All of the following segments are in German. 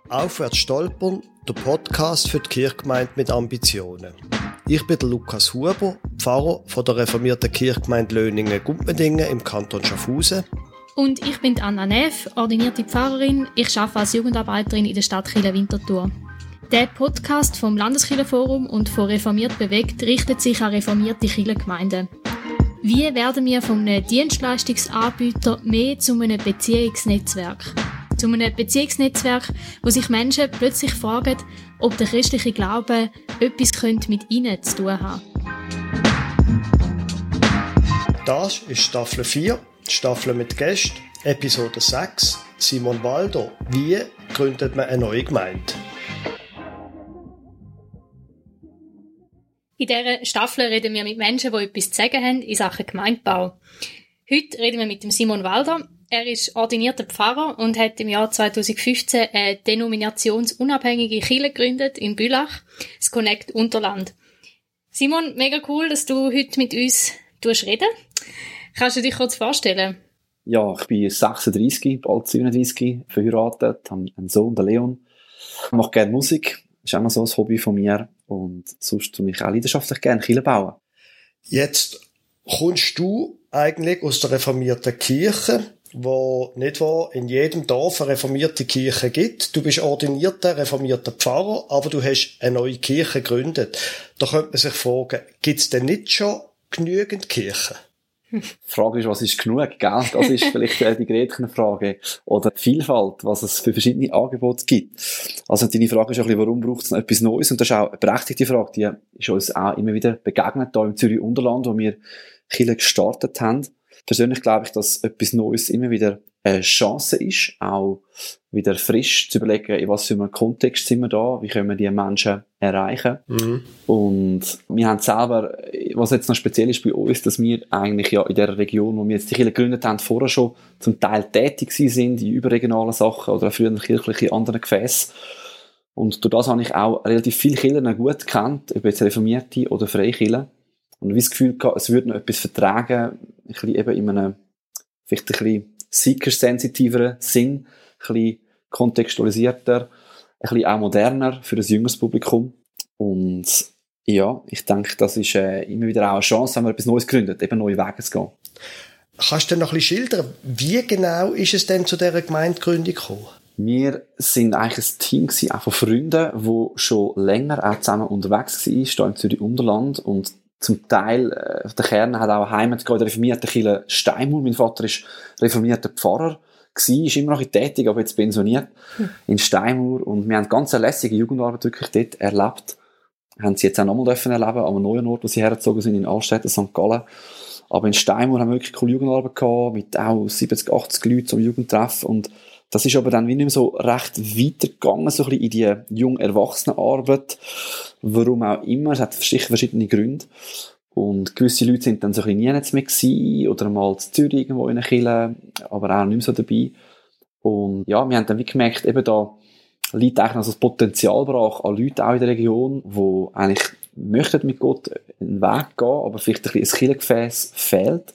Aufwärts stolpern, der Podcast für die Kirchgemeinde mit Ambitionen. Ich bin der Lukas Huber, Pfarrer von der reformierten Kirchgemeinde Löningen-Gumpendingen im Kanton Schaffhausen. Und ich bin Anna Neff, ordinierte Pfarrerin. Ich arbeite als Jugendarbeiterin in der Stadtkirche Winterthur. Der Podcast vom Landeskirchenforum und von Reformiert bewegt richtet sich an reformierte Kirchengemeinden. Wie werden wir von einem Dienstleistungsanbieter mehr zu einem Beziehungsnetzwerk? Zu einem Beziehungsnetzwerk, wo sich Menschen plötzlich fragen, ob der christliche Glaube etwas mit ihnen zu tun haben. Das ist Staffel 4, Staffel mit Gästen, Episode 6, Simon Walder. Wie gründet man eine neue Gemeinde? In dieser Staffel reden wir mit Menschen, die etwas zu sagen haben in Sachen Gemeindebau. Heute reden wir mit dem Simon Walder. Er ist ordinierter Pfarrer und hat im Jahr 2015 eine denominationsunabhängige Kirche gegründet in Bülach, das Connect Unterland. Simon, mega cool, dass du heute mit uns reden. Kannst du dich kurz vorstellen? Ja, ich bin 36, bald 37, verheiratet, habe einen Sohn, den Leon. Ich mache gerne Musik, das ist auch noch so ein Hobby von mir. Und sonst tue ich auch leidenschaftlich gerne Kirche bauen. Jetzt kommst du eigentlich aus der reformierten Kirche, wo nicht wahr in jedem Dorf eine reformierte Kirche gibt. Du bist ordinierter, reformierter Pfarrer, aber du hast eine neue Kirche gegründet. Da könnte man sich fragen, gibt es denn nicht schon genügend Kirchen? Die Frage ist, was ist genug, gell? Das ist vielleicht die Gretchenfrage. Oder die Vielfalt, was es für verschiedene Angebote gibt. Also deine Frage ist ein bisschen, warum braucht es noch etwas Neues? Und das ist auch eine berechtigte Frage, die ist uns auch immer wieder begegnet, hier im Zürich Unterland, wo wir Kirche gestartet haben. Persönlich glaube ich, dass etwas Neues immer wieder eine Chance ist, auch wieder frisch zu überlegen, in was für einem Kontext sind wir da, wie können wir die Menschen erreichen. Mhm. Und wir haben selber, was jetzt noch speziell ist bei uns, dass wir eigentlich ja in der Region, wo wir jetzt die Kirche gegründet haben, vorher schon zum Teil tätig sind in überregionalen Sachen oder auch früher kirchliche anderen Gefäße. Und durch das habe ich auch relativ viele Kirchen gut gekannt, ob jetzt reformierte oder Freikirchen. Und wie das Gefühl gehabt, es würde noch etwas vertragen, ein bisschen eben in einem, vielleicht ein bisschen seeker-sensitiveren Sinn, ein bisschen kontextualisierter, ein bisschen auch moderner für ein jüngeres Publikum. Und ja, ich denke, das ist immer wieder auch eine Chance, wenn man etwas Neues gründet, eben neue Wege zu gehen. Kannst du denn noch ein bisschen schildern, wie genau ist es denn zu dieser Gemeindegründung gekommen? Wir sind eigentlich ein Team gewesen, auch von Freunden, die schon länger auch zusammen unterwegs waren, hier im Zürich Unterland. Und zum Teil, der Kern hat auch Heimat in der reformierten Kirche Steinmauer. Mein Vater ist reformierter Pfarrer gewesen, ist immer noch tätig, aber jetzt pensioniert in Steinmauer. Und wir haben ganz eine lässige Jugendarbeit wirklich dort erlebt. Haben sie jetzt auch nochmal erleben, an einem neuen Ort, wo sie hergezogen sind, in Altstätten, St. Gallen. Aber in Steinmauer haben wir wirklich coole Jugendarbeit gehabt, mit auch 70, 80 Leuten zum Jugendtreffen. Und das ist aber dann wie nicht mehr so recht weitergegangen, so ein bisschen in die Jung-Erwachsenen-Arbeit. Warum auch immer, es hat verschiedene Gründe. Und gewisse Leute sind dann so ein bisschen nie mehr gewesen, oder mal in Zürich irgendwo in einer Kirche, aber auch nicht mehr so dabei. Und ja, wir haben dann wie gemerkt, eben da liegt eigentlich noch so das Potenzial brach an Leuten auch in der Region, die eigentlich möchten mit Gott einen Weg gehen, aber vielleicht ein bisschen ein Kirchengefäss fehlt.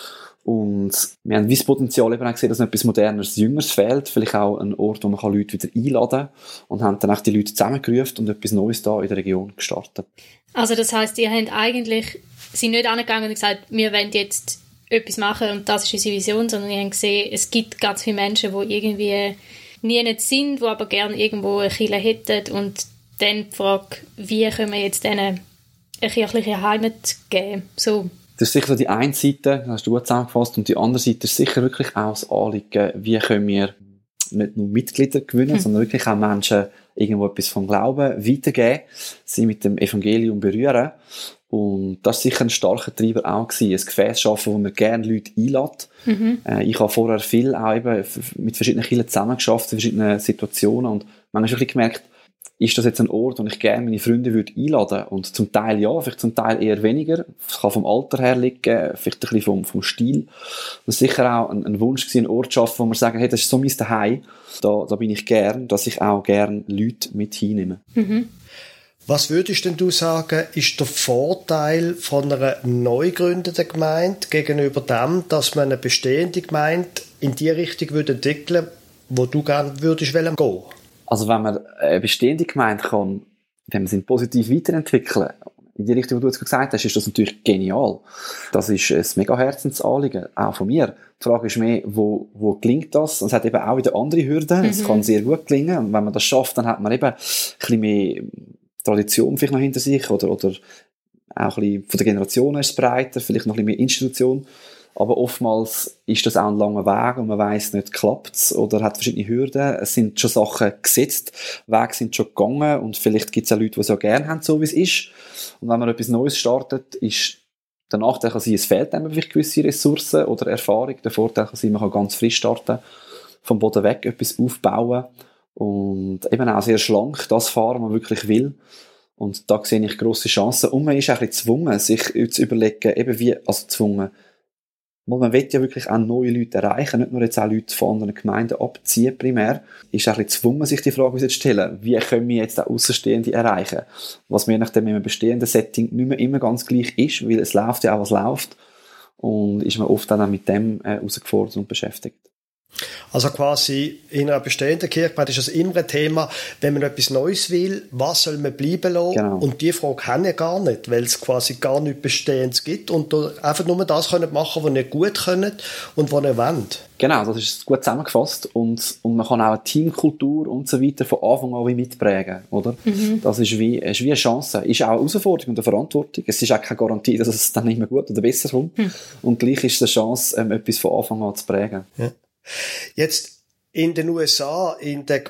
Und wir haben wie das Potenzial eben auch gesehen, dass noch etwas Modernes, Jüngeres fehlt, vielleicht auch ein Ort, wo man Leute wieder einladen kann, und haben dann auch die Leute zusammengerufen und etwas Neues da in der Region gestartet. Also das heisst, ihr habt eigentlich, sind nicht angegangen und gesagt, wir wollen jetzt etwas machen und das ist unsere Vision, sondern ihr habt gesehen, es gibt ganz viele Menschen, die irgendwie nie nicht sind, die aber gerne irgendwo eine Kirche hätten, und dann die Frage, wie können wir jetzt denen eine kirchliche Heimat geben, so. Das ist sicher so die eine Seite, das hast du gut zusammengefasst, und die andere Seite ist sicher wirklich auch das Anliegen, wie können wir nicht nur Mitglieder gewinnen, sondern wirklich auch Menschen irgendwo etwas vom Glauben weitergeben, sie mit dem Evangelium berühren. Und das war sicher ein starker Treiber auch gewesen, ein Gefäß schaffen, wo man gerne Leute einlädt. Ich habe vorher viel auch eben mit verschiedenen Kirchen zusammengearbeitet, in verschiedenen Situationen, und manchmal habe ich gemerkt, ist das jetzt ein Ort, wo ich gerne meine Freunde einladen würde? Und zum Teil ja, vielleicht zum Teil eher weniger. Es kann vom Alter her liegen, vielleicht ein bisschen vom Stil. Das war sicher auch ein Wunsch gewesen, einen Ort zu schaffen, wo man sagen, hey, das ist so mein Zuhause, da bin ich gern, dass ich auch gern Leute mit hinnehme. Mhm. Was würdest denn du sagen, ist der Vorteil von einer neu gegründeten Gemeinde gegenüber dem, dass man eine bestehende Gemeinde in die Richtung entwickeln würde, wo du gerne würdest gehen? Also wenn man eine bestehende Gemeinde kann, wenn man sie positiv weiterentwickeln, in die Richtung, die du jetzt gesagt hast, ist das natürlich genial. Das ist ein mega Herzensanliegen, auch von mir. Die Frage ist mehr, wo gelingt das? Und es hat eben auch wieder andere Hürden. Es kann sehr gut gelingen. Und wenn man das schafft, dann hat man eben ein bisschen mehr Tradition vielleicht noch hinter sich oder auch ein bisschen von der Generation ist es breiter, vielleicht noch ein bisschen mehr Institution. Aber oftmals ist das auch ein langer Weg und man weiss nicht, klappt es oder hat verschiedene Hürden. Es sind schon Sachen gesetzt, Wege sind schon gegangen und vielleicht gibt es auch Leute, die es auch gerne haben, so wie es ist. Und wenn man etwas Neues startet, ist der Nachteil kann sein, es fehlt einem vielleicht gewisse Ressourcen oder Erfahrung. Der Vorteil kann sein, man kann ganz frisch starten, vom Boden weg etwas aufbauen und eben auch sehr schlank das fahren, was man wirklich will. Und da sehe ich grosse Chancen. Und man ist auch ein bisschen gezwungen, sich zu überlegen, eben wie, also gezwungen, man will ja wirklich auch neue Leute erreichen, nicht nur jetzt auch Leute von anderen Gemeinden abziehen primär, ist auch ein bisschen gezwungen, sich die Frage zu stellen, wie können wir jetzt auch Außenstehende erreichen? Was mir nachdem in einem bestehenden Setting nicht mehr immer ganz gleich ist, weil es läuft ja auch, was läuft, und ist man oft dann auch mit dem herausgefordert und beschäftigt. Also quasi in einer bestehenden Kirche ist das immer ein Thema, wenn man etwas Neues will, was soll man bleiben lassen? Genau. Und die Frage haben ja gar nicht, weil es quasi gar nichts Bestehendes gibt und einfach nur das können machen, was ihr gut könnt und was ihr wollt. Genau, das ist gut zusammengefasst und man kann auch eine Teamkultur und so weiter von Anfang an mitprägen, oder? Das ist wie eine Chance, ist auch eine Herausforderung und eine Verantwortung. Es ist auch keine Garantie, dass es dann nicht mehr gut oder besser kommt. Und gleich ist es eine Chance, etwas von Anfang an zu prägen. Ja. Jetzt in den USA, in der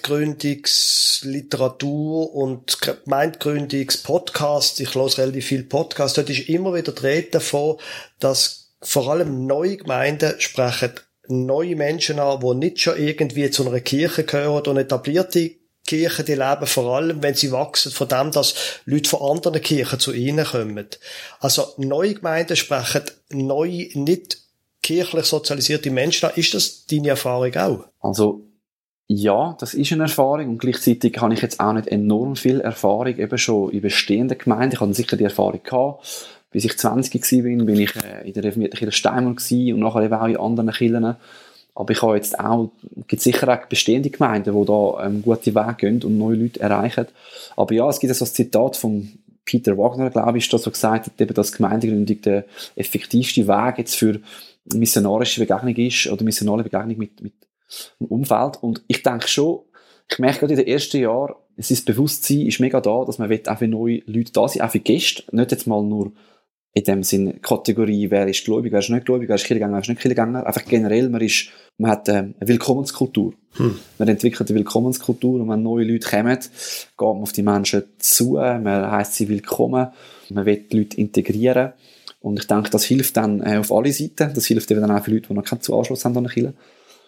Gemeindegründungsliteratur und Gemeindegründungspodcast, ich höre relativ viel Podcast, dort ist immer wieder die Rede davon, dass vor allem neue Gemeinden sprechen neue Menschen an, die nicht schon irgendwie zu einer Kirche gehören und etablierte Kirchen, die leben vor allem, wenn sie wachsen, von dem, dass Leute von anderen Kirchen zu ihnen kommen. Also neue Gemeinden sprechen neue, nicht kirchlich sozialisierte Menschen an. Ist das deine Erfahrung auch? Also, ja, das ist eine Erfahrung und gleichzeitig habe ich jetzt auch nicht enorm viel Erfahrung eben schon in bestehenden Gemeinden. Ich hatte sicher die Erfahrung gehabt. Bis ich 20 war, bin ich in der reformierten Kirche Steinmann und nachher eben auch in anderen Kirchen. Aber ich habe jetzt auch, es gibt sicher auch bestehende Gemeinden, die da gute Wege gehen und neue Leute erreichen. Aber ja, es gibt so ein Zitat von Peter Wagner, glaube ich, das so gesagt hat, eben, dass Gemeindegründung der effektivste Weg jetzt für missionarische Begegnung ist oder missionale Begegnung mit dem Umfeld. Und ich denke schon, ich merke gerade in den ersten Jahren, es ist das Bewusstsein ist mega da, dass man auch für neue Leute da sein, auch für Gäste, nicht jetzt mal nur in dem Sinne Kategorie, wer ist gläubig, wer ist nicht gläubig, wer ist Kirchgänger, wer ist nicht Kirchgänger. Einfach generell, man hat eine Willkommenskultur. Man entwickelt eine Willkommenskultur und wenn neue Leute kommen, geht man auf die Menschen zu, man heisst sie willkommen, man will die Leute integrieren. Und ich denke, das hilft dann auf alle Seiten. Das hilft eben dann auch für Leute, die noch keinen Anschluss haben an eine Kirche.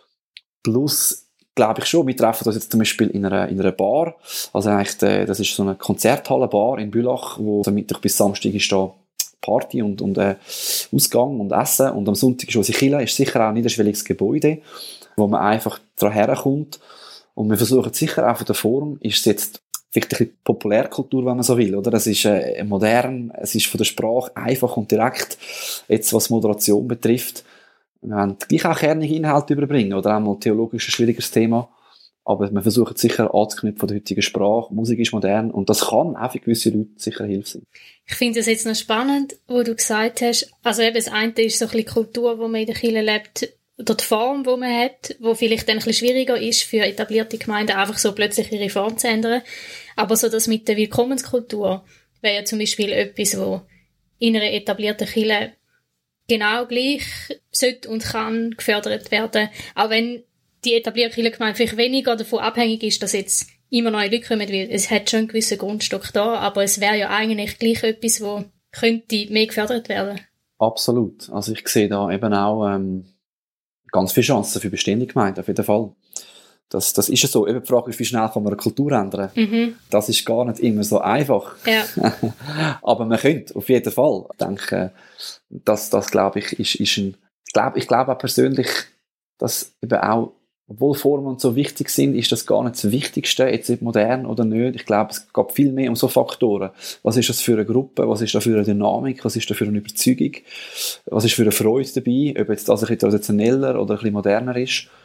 Plus, glaube ich schon, wir treffen das jetzt zum Beispiel in einer Bar. Also eigentlich, das ist so eine Konzerthalle-Bar in Bülach, wo am Mittwoch bis Samstag ist da Party und Ausgang und Essen. Und am Sonntag ist unsere Kirche, ist sicher auch ein niederschwelliges Gebäude, wo man einfach daran herkommt. Und wir versuchen sicher auch von der Form, ist es jetzt vielleicht ein bisschen Populärkultur, wenn man so will, oder? Es ist modern, es ist von der Sprache einfach und direkt, jetzt was Moderation betrifft. Wir wollen gleich auch kernige Inhalte überbringen, oder einmal theologisch ein schwieriges Thema, aber wir versuchen sicher anzuknüpfen von der heutigen Sprache. Musik ist modern und das kann auch für gewisse Leute sicher Hilfe sein. Ich finde das jetzt noch spannend, wo du gesagt hast, also eben das eine ist so ein bisschen Kultur, wo man in der Kirche lebt, oder die Form, die man hat, wo vielleicht dann ein bisschen schwieriger ist für etablierte Gemeinden, einfach so plötzlich ihre Form zu ändern. Aber so das mit der Willkommenskultur wäre ja zum Beispiel etwas, wo in einer etablierten Kirche genau gleich sollte und kann gefördert werden. Auch wenn die etablierte Kirchengemeinde vielleicht weniger davon abhängig ist, dass jetzt immer neue Leute kommen, weil es hat schon einen gewissen Grundstock da, aber es wäre ja eigentlich gleich etwas, wo könnte mehr gefördert werden. Absolut. Also ich sehe da eben auch ganz viele Chancen für bestehende Gemeinden, auf jeden Fall. Das ist ja so. Eben die Frage ist, wie schnell kann man eine Kultur ändern? Das ist gar nicht immer so einfach. Ja. Aber man könnte, auf jeden Fall. Ich denke, das glaube ich, ist ein, ich glaube auch persönlich, dass eben auch, obwohl Formen und so wichtig sind, ist das gar nicht das Wichtigste, jetzt nicht modern oder nicht. Ich glaube, es geht viel mehr um so Faktoren. Was ist das für eine Gruppe? Was ist da für eine Dynamik? Was ist da für eine Überzeugung? Was ist für eine Freude dabei? Ob jetzt das ein bisschen traditioneller oder ein bisschen moderner ist.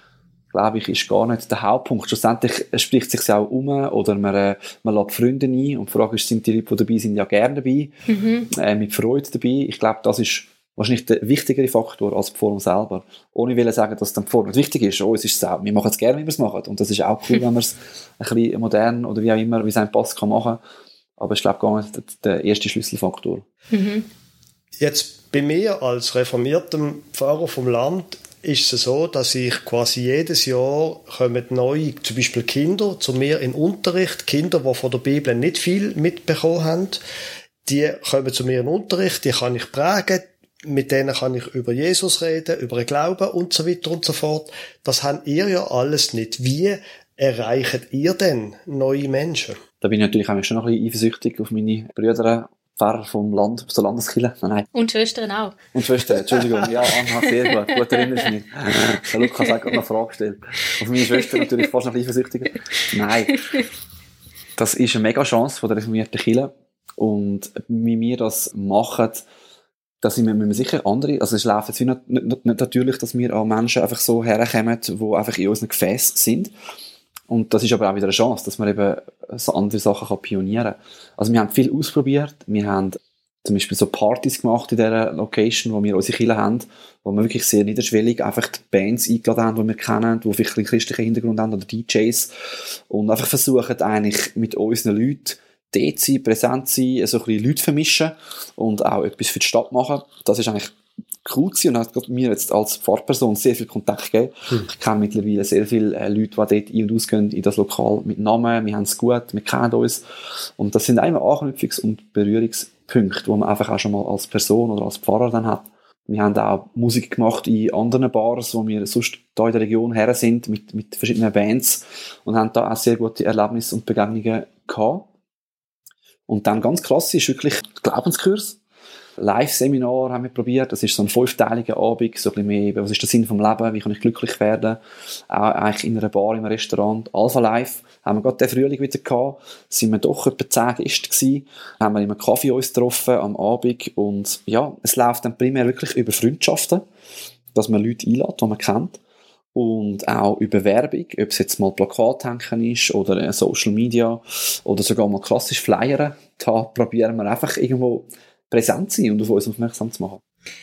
glaube ich, ist gar nicht der Hauptpunkt. Schlussendlich spricht es sich auch um, oder man lädt Freunde ein, und die Frage ist, sind die Leute, die dabei sind, ja gerne dabei, mit Freude dabei. Ich glaube, das ist wahrscheinlich der wichtigere Faktor als die Form selber. Ohne will sagen, dass dann die Form nicht wichtig ist. Oh, es ist auch, wir machen es gerne, wie wir es machen. Und das ist auch cool, wenn man es ein bisschen modern oder wie auch immer, wie es einem passt, kann machen. Aber ich glaube gar nicht der erste Schlüsselfaktor. Jetzt bei mir als reformiertem Pfarrer vom Land ist es so, dass ich quasi jedes Jahr kommen neue, zum Beispiel Kinder, zu mir in Unterricht, Kinder, die von der Bibel nicht viel mitbekommen haben, die kommen zu mir in Unterricht, die kann ich prägen, mit denen kann ich über Jesus reden, über den Glauben und so weiter und so fort. Das habt ihr ja alles nicht. Wie erreicht ihr denn neue Menschen? Da bin ich natürlich auch schon noch ein bisschen eifersüchtig auf meine Brüder, Pfarrer vom Land, aus der Landeskirche. Nein. Und Schwestern auch. Und Schwestern, Entschuldigung. Ja, Anna, sehr gut. Gut erinnerst du mich. Der Lukas hat gerade noch eine Frage gestellt. Auf meine Schwester natürlich fast noch eifersüchtiger. Nein. Das ist eine mega Chance von der reformierten Kirche. Und wie wir das machen, da sind wir sicher andere, also es läuft jetzt nicht natürlich, dass wir an Menschen einfach so herkommen, die einfach in unseren Gefäßen sind. Und das ist aber auch wieder eine Chance, dass man eben so andere Sachen pionieren kann. Also wir haben viel ausprobiert, wir haben zum Beispiel so Partys gemacht in dieser Location, wo wir unsere Kirche haben, wo wir wirklich sehr niederschwellig einfach die Bands eingeladen haben, die wir kennen, die vielleicht einen christlichen Hintergrund haben, oder DJs, und einfach versuchen eigentlich mit unseren Leuten dort sein, präsent sein, so ein bisschen Leute vermischen und auch etwas für die Stadt machen. Das ist eigentlich cool gewesen und hat mir jetzt als Pfarrperson sehr viel Kontakt gegeben. Ich kenne mittlerweile sehr viele Leute, die dort ein- und ausgehen in das Lokal mit Namen. Wir haben es gut, wir kennen uns. Und das sind immer Anknüpfungs- und Berührungspunkte, die man einfach auch schon mal als Person oder als Pfarrer dann hat. Wir haben auch Musik gemacht in anderen Bars, wo wir sonst hier in der Region her sind, mit verschiedenen Bands, und haben da auch sehr gute Erlebnisse und Begegnungen gehabt. Und dann ganz klassisch wirklich Glaubenskurs. Live-Seminar haben wir probiert. Das ist so ein 5-teiliger Abend, so ein bisschen mehr, was ist der Sinn vom Leben, wie kann ich glücklich werden. Auch eigentlich in einer Bar, im Restaurant. Alpha Live haben wir gerade den Frühling wieder gehabt. Sind wir doch etwa 10 Gäste gewesen. Haben wir in einem Kaffee uns getroffen am Abend. Und ja, es läuft dann primär wirklich über Freundschaften, dass man Leute einlädt, die man kennt. Und auch über Werbung, ob es jetzt mal Plakathängen ist oder Social Media oder sogar mal klassisch Flyern. Da probieren wir einfach irgendwo präsent zu sein und auf uns aufmerksam zu machen.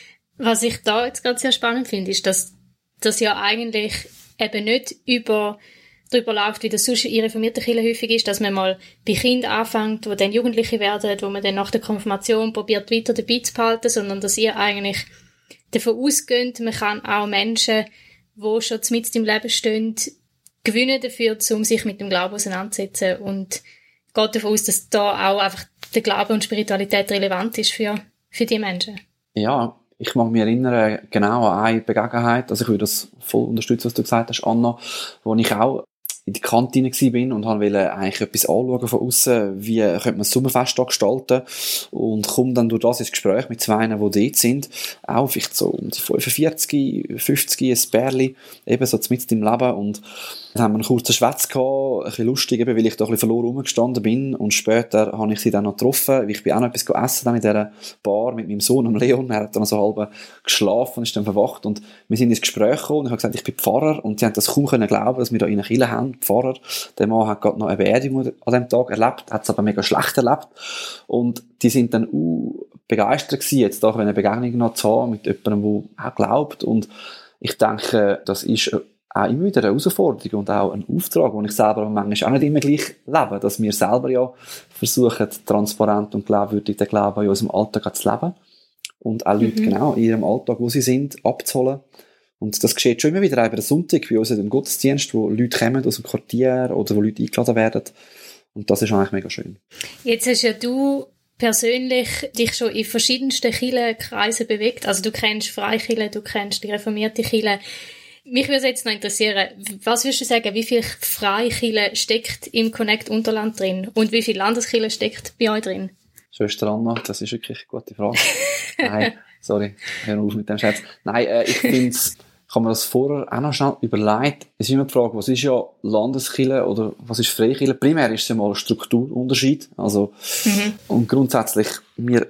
Was ich da jetzt gerade sehr spannend finde, ist, dass das ja eigentlich eben nicht darüber läuft, wie das sonst in reformierten Kirchen häufig ist, dass man mal bei Kindern anfängt, die dann Jugendliche werden, wo man dann nach der Konfirmation probiert, weiter dabei zu behalten, sondern dass ihr eigentlich davon ausgeht, man kann auch Menschen, die schon mitten im Leben stehen, gewinnen dafür, um sich mit dem Glauben auseinanderzusetzen, und geht davon aus, dass da auch einfach der Glaube und Spiritualität relevant ist für die Menschen. Ja, ich mag mich erinnern genau an eine Begebenheit, also ich würde das voll unterstützen, was du gesagt hast, Anna, wo ich auch in die Kantine bin und wollte eigentlich etwas anschauen von außen, wie könnte man das Sommerfest da gestalten, und komme dann durch das ins Gespräch mit zwei, die dort sind, auch vielleicht so um die 45, 50, ein Pärchen, eben so mitten im Leben, und dann haben wir einen kurzen Schwätz gehabt, ein bisschen lustig, eben, weil ich da ein bisschen verloren rumgestanden bin, und später habe ich sie dann noch getroffen, ich bin auch noch etwas essen dann in dieser Bar mit meinem Sohn, Leon, er hat dann so halb geschlafen und ist dann verwacht, und wir sind ins Gespräch gekommen und ich habe gesagt, ich bin Pfarrer, und sie haben das kaum glauben, dass wir da in einer Kirche haben, Pfarrer. Der Mann hat gerade noch eine Beerdigung an dem Tag erlebt, hat es aber mega schlecht erlebt, und die sind dann begeistert gewesen, jetzt da eine Begegnung noch zu haben mit jemandem, der auch glaubt, und ich denke, das ist auch immer wieder eine Herausforderung und auch ein Auftrag, den ich selber manchmal auch nicht immer gleich lebe, dass wir selber ja versuchen, transparent und glaubwürdig den Glauben in unserem Alltag zu leben und auch Leute genau in ihrem Alltag, wo sie sind, abzuholen. Und das geschieht schon immer wieder, auch bei der Sonntag, bei uns im Gottesdienst, wo Leute kommen aus dem Quartier oder wo Leute eingeladen werden. Und das ist eigentlich mega schön. Jetzt hast ja du persönlich dich schon in verschiedensten Kirchenkreisen bewegt. Also du kennst Freikirche, du kennst die reformierte Kirche. Mich würde jetzt noch interessieren, was würdest du sagen, wie viel Freikirche steckt im Connect Unterland drin und wie viel Landeskirche steckt bei euch drin? Schwester Anna, das ist wirklich eine gute Frage. Nein, sorry, hör auf mit dem Scherz. Nein, ich finde es, ich habe mir das vorher auch noch schnell überlegt. Es ist immer die Frage, was ist ja Landeskirche oder was ist Freikirche? Primär ist es ja mal ein Strukturunterschied. Also, und grundsätzlich, wir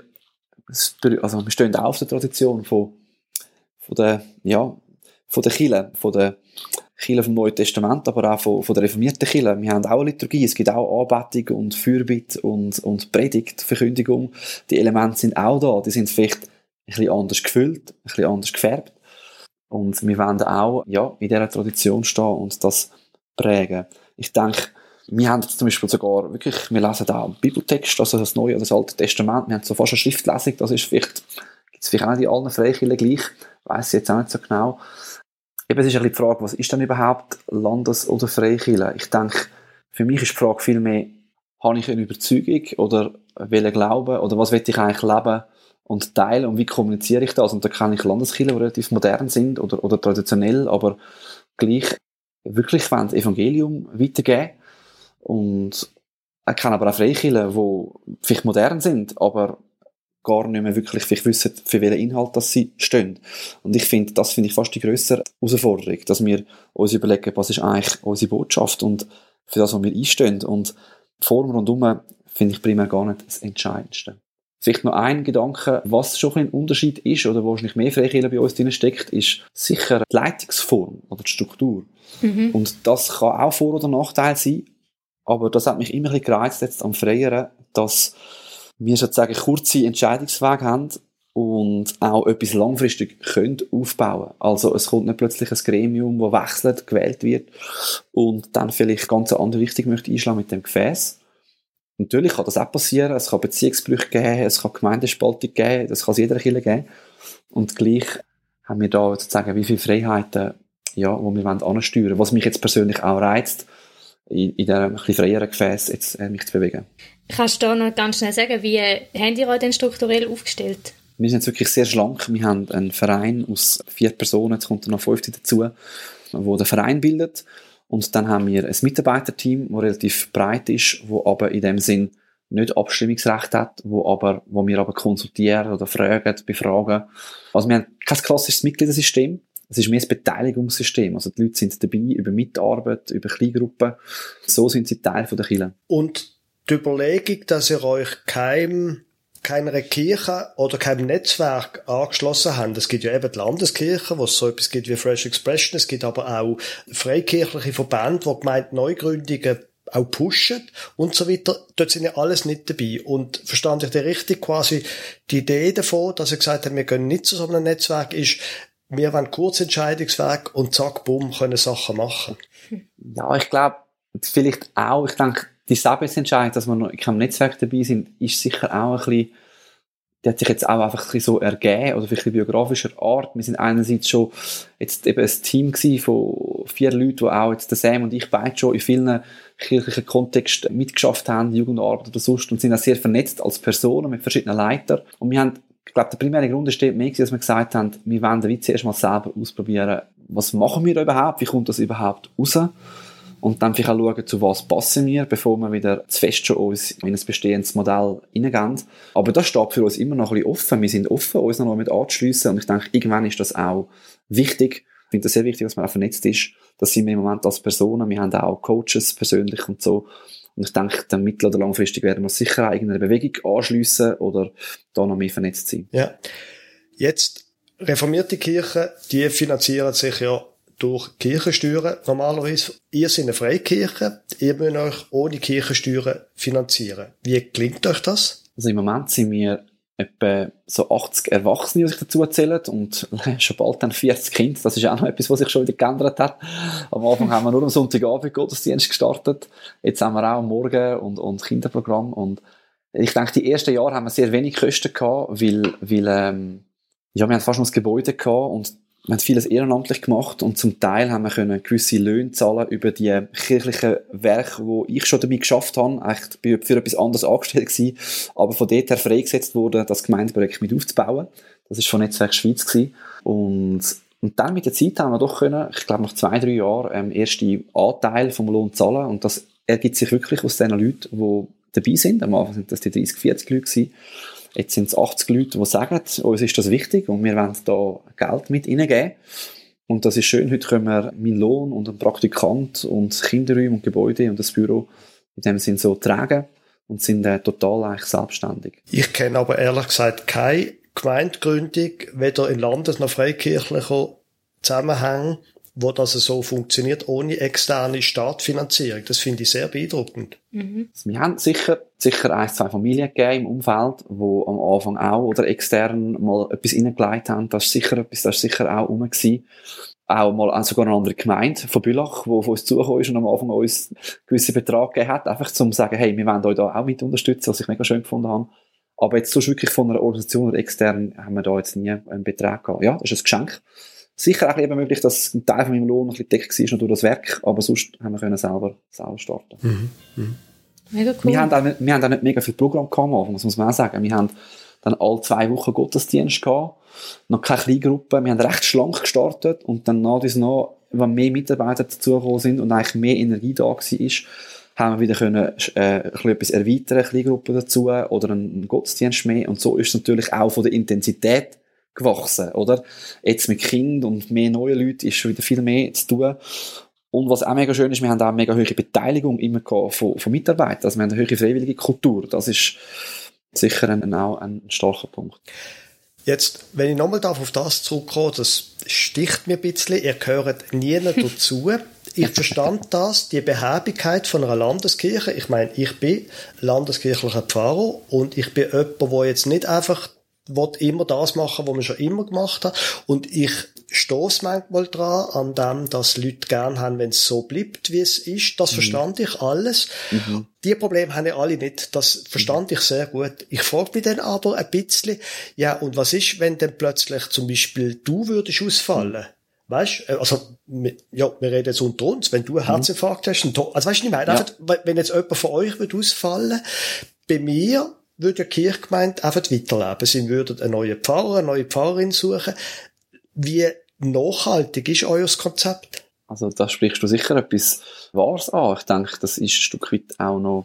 stehen auch auf der Tradition von der Kirche, von der Kirche vom Neuen Testament, aber auch von der reformierten Kirche. Wir haben auch eine Liturgie, es gibt auch Anbetung und Fürbitte und Predigt, Verkündigung. Die Elemente sind auch da, die sind vielleicht ein bisschen anders gefüllt, ein bisschen anders gefärbt. Und wir wollen auch in dieser Tradition stehen und das prägen. Ich denke, wir haben zum Beispiel sogar wirklich, wir lesen auch Bibeltext, also das Neue oder das Alte Testament, wir haben so fast eine Schriftlesung, das ist gibt es vielleicht auch nicht in allen Freikirchen gleich, weiss ich jetzt auch nicht so genau. Eben, es ist ein bisschen die Frage, was ist denn überhaupt Landes- oder Freikirche? Ich denke, für mich ist die Frage viel mehr, habe ich eine Überzeugung oder welchen Glauben oder was will ich eigentlich leben und teilen und wie kommuniziere ich das? Und da kenne ich Landeskirchen, die relativ modern sind oder traditionell, aber gleich wirklich wollen das Evangelium weitergeben. Und ich kenne aber auch Freikirchen, die vielleicht modern sind, aber gar nicht mehr wirklich vielleicht wissen, für welchen Inhalt das sie stehen. Und das finde ich fast die grössere Herausforderung, dass wir uns überlegen, was ist eigentlich unsere Botschaft und für das, was wir einstehen. Und Form rundherum finde ich primär gar nicht das Entscheidendste. Vielleicht noch ein Gedanke, was schon ein Unterschied ist oder wo wahrscheinlich mehr Freikirche bei uns drin steckt, ist sicher die Leitungsform oder die Struktur. Mhm. Und das kann auch Vor- oder Nachteil sein, aber das hat mich immer ein bisschen gereizt jetzt am Freieren, dass wir sozusagen kurze Entscheidungswege haben und auch etwas langfristig können aufbauen. Also es kommt nicht plötzlich ein Gremium, das wechselt, gewählt wird und dann vielleicht ganz eine andere Richtung möchte einschlagen mit dem Gefäß. Natürlich kann das auch passieren, es kann Beziehungsbrüche geben, es kann Gemeindespaltung geben, das kann es jeder Kirche geben. Und gleich haben wir da sozusagen wie viele Freiheiten, die wir ansteuern wollen. Was mich jetzt persönlich auch reizt, in diesem ein bisschen freieren Gefäß jetzt, mich zu bewegen. Kannst du da noch ganz schnell sagen, wie habt ihr euch denn strukturell aufgestellt? Wir sind jetzt wirklich sehr schlank. Wir haben einen Verein aus 4 Personen, jetzt kommt noch 5 dazu, wo den Verein bildet. Und dann haben wir ein Mitarbeiterteam, das relativ breit ist, wo aber in dem Sinn nicht Abstimmungsrecht hat, wo wir aber konsultieren oder fragen, befragen. Also wir haben kein klassisches Mitgliedersystem. Es ist mehr ein Beteiligungssystem. Also die Leute sind dabei über Mitarbeit, über Kleingruppen. So sind sie Teil der Kirche. Und die Überlegung, dass ihr euch keiner Kirche oder keinem Netzwerk angeschlossen habt. Es gibt ja eben die Landeskirche, wo es so etwas gibt wie Fresh Expression. Es gibt aber auch freikirchliche Verbände, die Gemeindeneugründungen auch pushen und so weiter. Dort sind ja alles nicht dabei. Und verstand ich dir richtig quasi die Idee davon, dass ihr gesagt habt, wir gehen nicht zu so einem Netzwerk, ist, wir wollen Kurzentscheidungsweg und zack, bumm, können Sachen machen. Ja, ich glaube, vielleicht auch, ich denke, die Selbstentscheidung, dass wir noch in keinem Netzwerk dabei sind, ist sicher auch ein bisschen, die hat sich jetzt auch einfach ein bisschen so ergeben, oder vielleicht in biografischer Art. Wir sind einerseits schon jetzt eben ein Team gewesen von 4 Leuten, die auch jetzt der Sam und ich beide schon in vielen kirchlichen Kontexten mitgeschafft haben, Jugendarbeit oder sonst, und sind auch sehr vernetzt als Personen mit verschiedenen Leitern. Und wir haben, ich glaube, der primäre Grund ist mehr, dass wir gesagt haben, wir wollen wie zuerst mal selber ausprobieren, was machen wir da überhaupt, wie kommt das überhaupt raus? Und dann vielleicht auch schauen, zu was passen wir, bevor wir wieder zu fest schon uns in ein bestehendes Modell reingehen. Aber das steht für uns immer noch ein bisschen offen. Wir sind offen, uns noch mit anzuschliessen. Und ich denke, irgendwann ist das auch wichtig. Ich finde das sehr wichtig, dass man auch vernetzt ist. Das sind wir im Moment als Personen. Wir haben auch Coaches persönlich und so. Und ich denke, dann mittel- oder langfristig werden wir sicher auch irgendeine Bewegung anschliessen oder da noch mehr vernetzt sein. Ja. Jetzt, reformierte Kirchen, die finanzieren sich ja durch Kirchensteuern normalerweise. Ihr seid eine Freikirche, ihr müsst euch ohne Kirchensteuern finanzieren. Wie gelingt euch das? Also im Moment sind wir etwa so 80 Erwachsene, die sich dazu erzählen, und schon bald dann 40 Kinder. Das ist auch noch etwas, was sich schon wieder geändert hat. Am Anfang haben wir nur am Sonntagabend Gottesdienst gestartet. Jetzt haben wir auch am Morgen und Kinderprogramm. Und ich denke, die ersten Jahre haben wir sehr wenig Kosten gehabt, weil wir haben fast nur das Gebäude gehabt und wir haben vieles ehrenamtlich gemacht und zum Teil haben wir gewisse Löhne zahlen über die kirchlichen Werke, wo ich schon dabei geschafft habe. Eigentlich bin ich für etwas anderes angestellt gewesen, aber von dort her freigesetzt wurde, das Gemeindeprojekt mit aufzubauen. Das ist von Netzwerk Schweiz gewesen. Und dann mit der Zeit haben wir doch können, ich glaube nach 2-3 Jahren, erste Anteil vom Lohn zahlen, und das ergibt sich wirklich aus den Leuten, die dabei sind. Am Anfang sind das die 30-40 Leute gewesen. Jetzt sind es 80 Leute, die sagen, uns ist das wichtig und wir wollen da Geld mit reingeben. Und das ist schön. Heute können wir meinen Lohn und einen Praktikant und Kinderräume und Gebäude und das Büro in dem Sinn so tragen und sind total eigentlich selbstständig. Ich kenne aber ehrlich gesagt keine Gemeindegründung, weder in Landes- noch freikirchlicher Zusammenhang, wo das so funktioniert, ohne externe Staatsfinanzierung. Das finde ich sehr beeindruckend. Mhm. Wir haben sicher 1-2 Familien gegeben im Umfeld, die am Anfang auch oder extern mal etwas reingelegt haben. Das ist sicher auch rum gewesen. Auch mal sogar eine andere Gemeinde von Bülach, die auf uns zugekommen ist und am Anfang uns einen gewissen Betrag gegeben hat, einfach zum sagen, hey, wir wollen euch da auch mit unterstützen, was ich mega schön gefunden habe. Aber jetzt sonst wirklich von einer Organisation oder extern haben wir da jetzt nie einen Betrag gehabt. Ja, das ist ein Geschenk. Sicher auch eben möglich, dass ein Teil von meinem Lohn ein bisschen gedeckt war noch durch das Werk, aber sonst haben wir können selber starten. Mhm. Mhm. Mega cool. Wir haben auch nicht mega viel Programm gehabt, das muss man auch sagen. Wir haben dann alle 2 Wochen Gottesdienst gehabt, noch keine Kleingruppe. Wir haben recht schlank gestartet und dann nach uns noch, wenn mehr Mitarbeiter dazugekommen sind und eigentlich mehr Energie da war, haben wir wieder können, etwas erweitern, Kleingruppen dazu oder einen Gottesdienst mehr. Und so ist es natürlich auch von der Intensität gewachsen, oder? Jetzt mit Kind und mehr neuen Leuten ist schon wieder viel mehr zu tun. Und was auch mega schön ist, wir haben auch eine mega hohe Beteiligung immer gehabt von Mitarbeitern. Also wir haben eine hohe freiwillige Kultur. Das ist sicher auch ein starker Punkt. Jetzt, wenn ich nochmal auf das zurückkomme, das sticht mir ein bisschen, ihr gehört nie dazu. Ich verstand das, die Behäbigkeit von einer Landeskirche. Ich meine, ich bin landeskirchlicher Pfarrer und ich bin jemand, der jetzt nicht einfach immer das machen, was man schon immer gemacht hat. Und ich stoße manchmal dran an dem, dass Leute gerne haben, wenn es so bleibt, wie es ist. Das verstand ich alles. Mhm. Die Probleme haben ja alle nicht. Das verstand ich sehr gut. Ich frage mich dann aber ein bisschen, ja, und was ist, wenn dann plötzlich zum Beispiel du würdest ausfallen? Weißt, also, ja, wir reden jetzt unter uns. Wenn du einen Herzinfarkt hast, also weißt du, ich meine, einfach, wenn jetzt jemand von euch würde ausfallen, bei mir würde die Kirchgemeinde einfach weiterleben. Sie würden einen neuen Pfarrer, eine neue Pfarrerin suchen. Wie nachhaltig ist euer Konzept? Also da sprichst du sicher etwas Wahres an. Ich denke, das ist ein Stück weit auch noch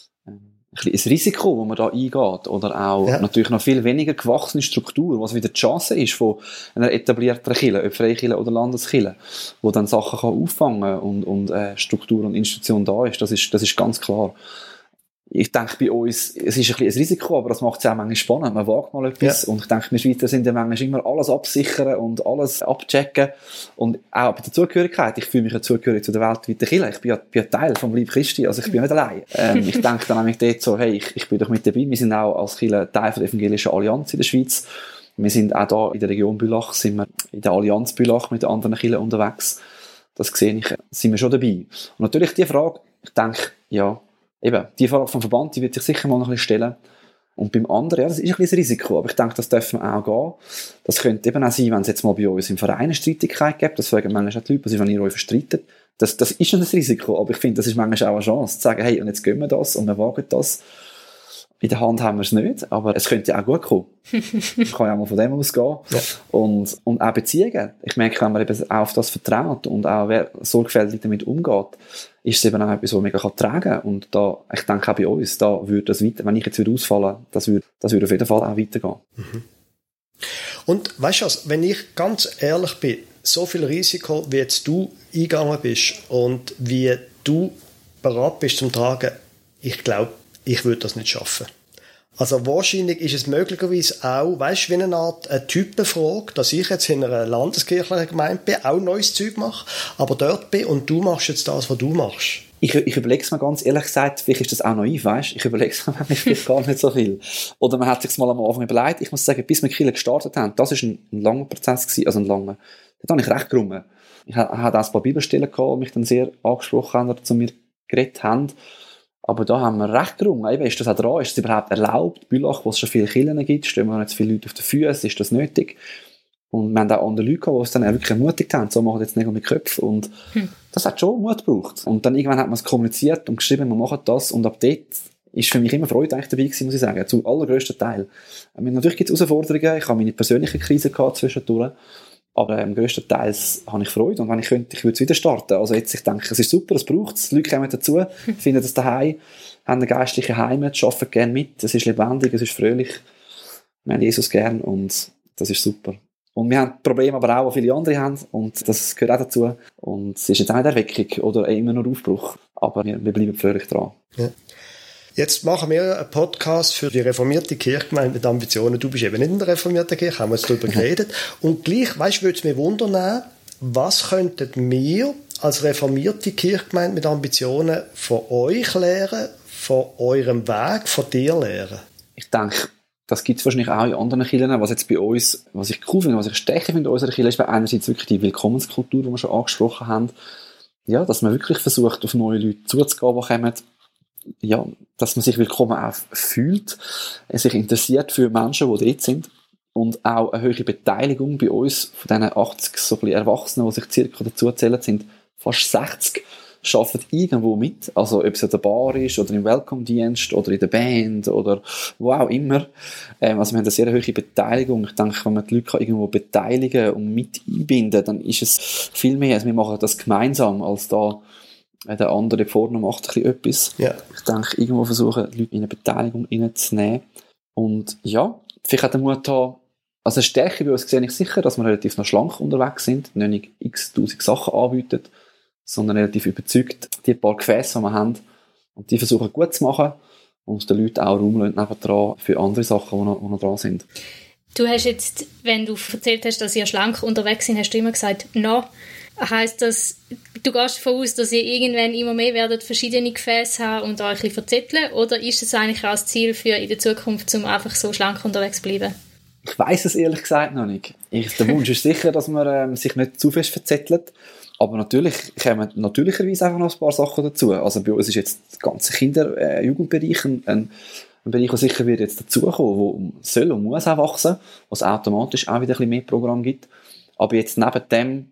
ein Risiko, das man da eingeht. Oder auch natürlich noch viel weniger gewachsene Struktur, was wieder die Chance ist von einer etablierten Kirche, ob Freikirche oder Landeskirche, wo dann Sachen kann auffangen und Struktur und Institution da ist. Das ist ganz klar. Ich denke, bei uns, es ist ein Risiko, aber das macht es auch manchmal spannend. Man wagt mal etwas. Und ich denke, wir Schweizer sind ja manchmal immer alles absichern und alles abchecken. Und auch bei der Zugehörigkeit. Ich fühle mich ja zugehörig zu der weltweiten Kirche. Ich bin ja Teil vom Leib Christi. Also ich bin nicht allein. Ich denke dann nämlich dort so, hey, ich bin doch mit dabei. Wir sind auch als Kirche Teil der Evangelischen Allianz in der Schweiz. Wir sind auch da in der Region Bülach, sind wir in der Allianz Bülach mit anderen Kirchen unterwegs. Das sehe ich, sind wir schon dabei. Und natürlich die Frage, ich denke, ja, eben, die Frage vom Verband, die wird sich sicher mal noch ein bisschen stellen. Und beim anderen, ja, das ist ein bisschen ein Risiko, aber ich denke, das dürfen wir auch gehen. Das könnte eben auch sein, wenn es jetzt mal bei uns im Verein eine Streitigkeit gibt, das fragen manchmal auch die Leute, was ist, wenn ihr euch verstreitet. Das ist schon ein Risiko, aber ich finde, das ist manchmal auch eine Chance, zu sagen, hey, und jetzt gehen wir das und wir wagen das. In der Hand haben wir es nicht, aber es könnte auch gut kommen. Ich kann ja mal von dem ausgehen. Ja. Und auch Beziehungen. Ich merke, wenn man eben auch auf das vertraut und auch wer sorgfältig damit umgeht, ist es eben auch etwas, was man mega tragen kann. Und da, ich denke auch bei uns, da würde das weiter, wenn ich jetzt wieder ausfallen, das würde auf jeden Fall auch weitergehen. Mhm. Und weißt du was, wenn ich ganz ehrlich bin, so viel Risiko, wie jetzt du eingegangen bist und wie du bereit bist zum Tragen, ich glaube, ich würde das nicht schaffen. Also wahrscheinlich ist es möglicherweise auch, weißt du, wie eine Art Typenfrage, dass ich jetzt in einer landeskirchlichen Gemeinde bin, auch neues Zeug mache, aber dort bin und du machst jetzt das, was du machst. Ich überlege es mir ganz ehrlich gesagt, vielleicht ist das auch naiv, weißt du? Ich überlege es mir vielleicht gar nicht so viel. Oder man hat sich mal am Anfang überlegt. Ich muss sagen, bis wir Kirche gestartet haben, das war ein langer Prozess gewesen, also ein langer. Da habe ich recht gerungen. Ich hatte auch ein paar Bibelstellen gehabt, die mich dann sehr angesprochen haben oder zu mir geredet haben. Aber da haben wir recht gerungen. Eben, ist das auch dran? Ist es überhaupt erlaubt? Bülach, wo es schon viele Kirchen gibt, stehen wir jetzt viele Leute auf den Füßen, ist das nötig? Und wir haben auch andere Leute gehabt, die uns dann auch wirklich ermutigt haben, so machen jetzt nicht mit Köpfen. Und das hat schon Mut gebraucht. Und dann irgendwann hat man es kommuniziert und geschrieben, wir machen das. Und ab dort ist für mich immer Freude eigentlich dabei gewesen, muss ich sagen, zum allergrößten Teil. Natürlich gibt es Herausforderungen, ich habe meine persönliche Krise gehabt zwischendurch. Aber im grössten Teil habe ich Freude. Und wenn ich könnte, ich würde es wieder starten. Also jetzt, ich denke, es ist super, es braucht es. Die Leute kommen dazu, finden das daheim, haben eine geistliche Heimat, arbeiten gerne mit. Es ist lebendig, es ist fröhlich. Wir haben Jesus gern und das ist super. Und wir haben Probleme aber auch, die viele andere haben. Und das gehört auch dazu. Und es ist jetzt auch nicht Erweckung oder immer nur Aufbruch. Aber wir bleiben fröhlich dran. Ja. Jetzt machen wir einen Podcast für die reformierte Kirchgemeinde mit Ambitionen. Du bist eben nicht in der reformierten Kirche, haben wir jetzt darüber geredet. Und gleich, weißt du, würde es mich wundern, was könnten wir als reformierte Kirchgemeinde mit Ambitionen von euch lernen, von eurem Weg, von dir lernen? Ich denke, das gibt es wahrscheinlich auch in anderen Kirchen. Was jetzt bei uns, was ich cool finde, was ich stärker finde in unserer Kirche, ist einerseits wirklich die Willkommenskultur, die wir schon angesprochen haben. Ja, dass man wirklich versucht, auf neue Leute zuzugehen, die kommen. Ja, dass man sich willkommen auch fühlt, sich interessiert für Menschen, die dort sind. Und auch eine höhere Beteiligung bei uns von diesen 80 so ein bisschen Erwachsenen, die sich circa dazu zählen, sind fast 60, arbeiten irgendwo mit. Also ob es an der Bar ist oder im Welcome-Dienst oder in der Band oder wo auch immer. Also wir haben eine sehr hohe Beteiligung. Ich denke, wenn man die Leute irgendwo beteiligen und mit einbinden, dann ist es viel mehr. Also wir machen das gemeinsam, als da der andere vorne macht ein bisschen etwas. Ja. Ich denke, irgendwo versuchen, Leute in eine Beteiligung reinzunehmen. Und ja, vielleicht hat der Mut haben, also eine Stärke bei uns sehe ich sicher, dass wir relativ noch schlank unterwegs sind, nicht x-tausend Sachen anbieten, sondern relativ überzeugt, die paar Gefäße, die wir haben, und die versuchen gut zu machen und den Leuten auch Raum lassen nebendran für andere Sachen, die noch dran sind. Du hast jetzt, wenn du erzählt hast, dass ihr schlank unterwegs sind, hast du immer gesagt, no. Heisst das, du gehst davon aus, dass ihr irgendwann immer mehr werdet verschiedene Gefäße haben und euch ein bisschen verzetteln? Oder ist es eigentlich auch das Ziel für in der Zukunft, um einfach so schlank unterwegs zu bleiben? Ich weiss es ehrlich gesagt noch nicht. Der Wunsch ist sicher, dass man sich nicht zu fest verzettelt. Aber natürlich kommen natürlicherweise einfach noch ein paar Sachen dazu. Also bei uns ist jetzt der ganze Kinder-Jugendbereich ein Bereich, der sicher wird jetzt dazukommen, der soll und muss auch wachsen, was automatisch auch wieder ein bisschen mehr Programm gibt. Aber jetzt neben dem,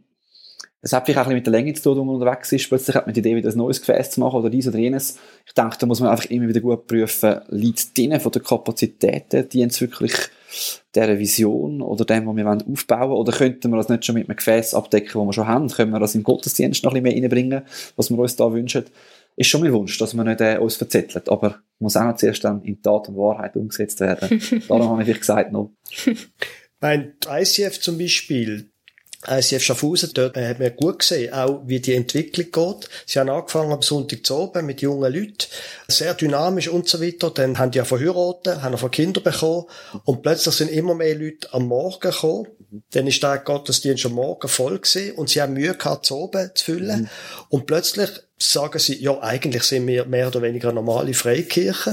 es hat vielleicht auch ein bisschen mit der Länge zu tun, wo man unterwegs ist. Plötzlich hat man die Idee, wieder ein neues Gefäß zu machen oder dies oder jenes. Ich denke, da muss man einfach immer wieder gut prüfen, liegt es drinnen von der Kapazitäten, die jetzt wirklich dieser Vision oder dem, was wir aufbauen wollen, oder könnten wir das nicht schon mit einem Gefäß abdecken, das wir schon haben? Können wir das im Gottesdienst noch ein bisschen mehr reinbringen, was wir uns da wünschen? Ist schon mein Wunsch, dass wir nicht uns verzetteln, aber muss auch noch zuerst dann in Tat und Wahrheit umgesetzt werden. Darum habe ich vielleicht gesagt noch. Mein ICF zum Beispiel, ICF Schaffhausen, dort hat man gut gesehen, auch wie die Entwicklung geht. Sie haben angefangen am Sonntag zu oben mit jungen Leuten, sehr dynamisch und so weiter. Dann haben die ja verheiratet, haben von Kinder bekommen und plötzlich sind immer mehr Leute am Morgen gekommen. Dann ist der Gottesdienst am Morgen voll gewesen und sie haben Mühe gehabt, zu oben zu füllen. Und plötzlich sagen sie, ja, eigentlich sind wir mehr oder weniger eine normale Freikirche.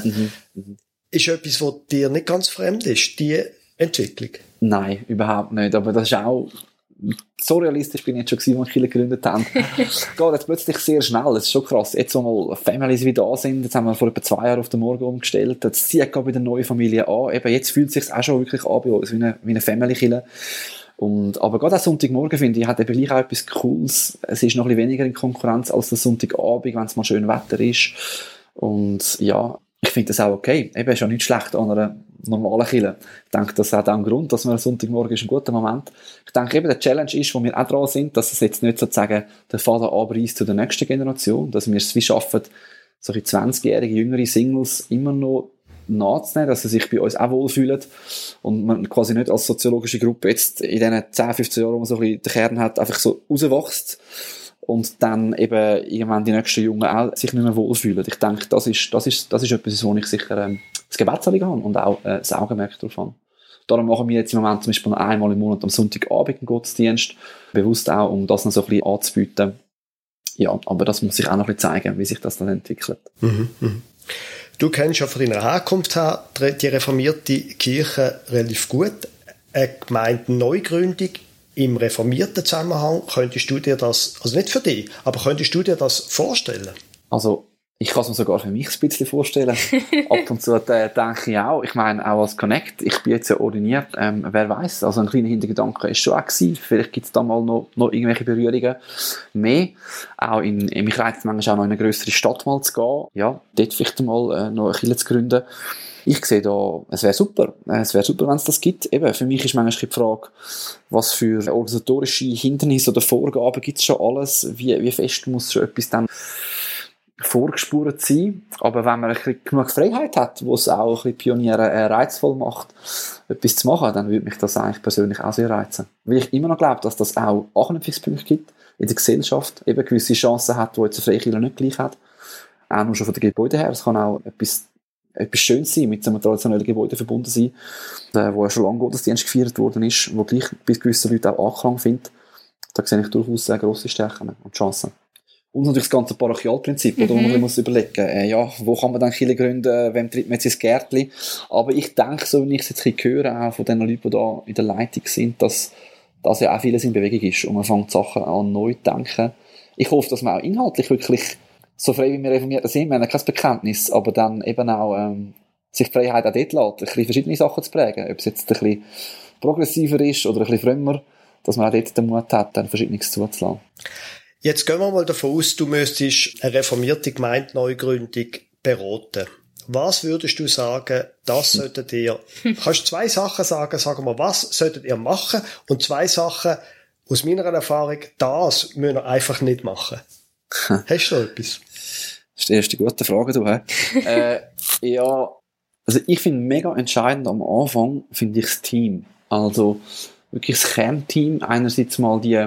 Ist etwas, was dir nicht ganz fremd ist, die Entwicklung? Nein, überhaupt nicht. Aber das ist auch, so realistisch bin ich jetzt schon gewesen, als wir Kirche gegründet haben. Geht jetzt plötzlich sehr schnell. Es ist schon krass. Jetzt, wo mal Families wieder da sind, jetzt haben wir vor etwa 2 Jahren auf den Morgen umgestellt. Jetzt zieht gerade wieder neue Familie an. Eben, jetzt fühlt es sich auch schon wirklich an bei uns, wie eine Family-Kirche. Aber gerade am Sonntagmorgen, finde ich, hat eben gleich auch etwas Cooles. Es ist noch ein bisschen weniger in Konkurrenz als der Sonntagabend, wenn es mal schön Wetter ist. Und ja, ich finde das auch okay. Eben, ist ja nicht schlecht an einer normalen Kirche. Ich denke, das hat auch einen Grund, dass wir am Sonntagmorgen ist ein guter Moment. Ich denke eben, der Challenge ist, wo wir auch dran sind, dass es jetzt nicht sozusagen der Faden abreißt zu der nächsten Generation, dass wir es wie schaffen, solche 20-jährige, jüngere Singles immer noch nachzunehmen, dass sie sich bei uns auch wohlfühlen und man quasi nicht als soziologische Gruppe jetzt in diesen 10, 15 Jahren, wo man so ein bisschen den Kern hat, einfach so rauswächst und dann eben irgendwann die nächsten Jungen auch sich nicht mehr wohlfühlen. Ich denke, das ist etwas, wo ich sicher das Gebetsanliegen habe und auch das Augenmerk darauf habe. Darum machen wir jetzt im Moment zum Beispiel noch einmal im Monat am Sonntagabend einen Gottesdienst, bewusst auch, um das noch so ein bisschen anzubieten. Ja, aber das muss sich auch noch ein bisschen zeigen, wie sich das dann entwickelt. Du kennst ja von deiner Herkunft her die reformierte Kirche relativ gut. Eine Gemeindeneugründung im reformierten Zusammenhang, könntest du dir das, also nicht für dich, aber könntest du dir das vorstellen? Also, ich kann es mir sogar für mich ein bisschen vorstellen. Ab und zu denke ich auch, ich meine, auch als Connect, ich bin jetzt ja ordiniert, wer weiß, also ein kleiner Hintergedanke ist schon auch gewesen, vielleicht gibt es da mal noch irgendwelche Berührungen mehr, auch mich reizt manchmal auch noch in eine grössere Stadt mal zu gehen, ja, dort vielleicht mal noch eine Kirche zu gründen. Ich sehe da, es wäre super, wenn es das gibt. Eben, für mich ist manchmal die Frage, was für organisatorische Hindernisse oder Vorgaben gibt es schon alles, wie fest muss schon etwas dann vorgespurt sein. Aber wenn man ein bisschen genug Freiheit hat, wo es auch ein bisschen Pioniere reizvoll macht, etwas zu machen, dann würde mich das eigentlich persönlich auch sehr reizen. Weil ich immer noch glaube, dass das auch Anknüpfungspunkte gibt in der Gesellschaft, eben gewisse Chancen hat, die jetzt eine Freikirche nicht gleich hat. Auch nur schon von den Gebäuden her. Es kann auch etwas Schönes sein, mit so einem traditionellen Gebäude verbunden sein, wo ja schon lange Gottesdienst gefeiert worden ist, wo gleich bis gewisse Leute auch Anklang findet. Da sehe ich durchaus sehr grosse Stärken und Chancen. Und natürlich das ganze Parochialprinzip, oder, wo man muss überlegen, wo kann man dann Kirche gründen, wem tritt man jetzt ins Gärtchen. Aber ich denke, so wie ich es jetzt höre, auch von den Leuten, die da in der Leitung sind, dass ja auch vieles in Bewegung ist und man fängt Sachen an neu zu denken. Ich hoffe, dass man auch inhaltlich wirklich so frei wie wir Reformierten sind, wir haben kein Bekenntnis, aber dann eben auch sich die Freiheit auch dort lässt, ein bisschen verschiedene Sachen zu prägen, ob es jetzt ein bisschen progressiver ist oder ein bisschen frömmer, dass man auch dort den Mut hat, dann Verschiedenes zuzulassen. Jetzt gehen wir mal davon aus, du müsstest eine reformierte Gemeindeneugründung beraten. Was würdest du sagen, das solltet ihr, kannst du 2 Sachen sagen wir, was solltet ihr machen? Und 2 Sachen, aus meiner Erfahrung, das müsst ihr einfach nicht machen. Hast du da etwas? Das ist die erste gute Frage, du, hä? Ja, also ich finde mega entscheidend am Anfang, finde ich das Team. Also wirklich das Kernteam, einerseits mal die,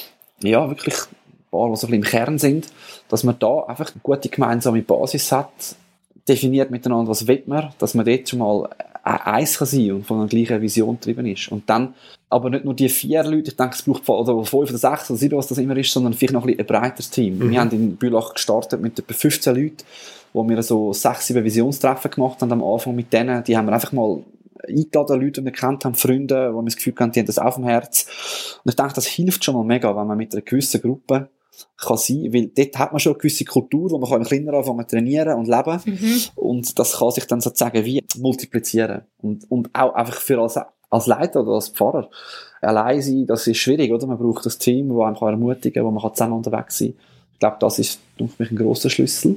ja, wirklich ein paar, die so ein bisschen im Kern sind, dass man da einfach eine gute gemeinsame Basis hat, definiert miteinander, was will man, dass man dort schon mal eins kann sein und von einer gleichen Vision getrieben ist. Und dann aber nicht nur die 4 Leute, ich denke, es braucht oder 5 oder 6 oder 7, was das immer ist, sondern vielleicht noch ein breiteres Team. Wir haben in Bülach gestartet mit etwa 15 Leuten, wo wir so 6-7 Visionstreffen gemacht haben am Anfang mit denen. Die haben wir einfach mal eingeladen, Leute, die wir kennt haben, Freunde, wo wir das Gefühl haben, die haben das auf dem Herz. Und ich denke, das hilft schon mal mega, wenn man mit einer gewissen Gruppe kann sein, weil dort hat man schon eine gewisse Kultur, wo man kann im Kleinen anfangen zu trainieren und leben. Und das kann sich dann sozusagen wie multiplizieren. Und auch einfach für als Leiter oder als Pfarrer allein sein, das ist schwierig, oder? Man braucht das Team, das einem ermutigen kann, wo man zusammen unterwegs sein kann. Ich glaube, das ist, denke ich, ein grosser Schlüssel.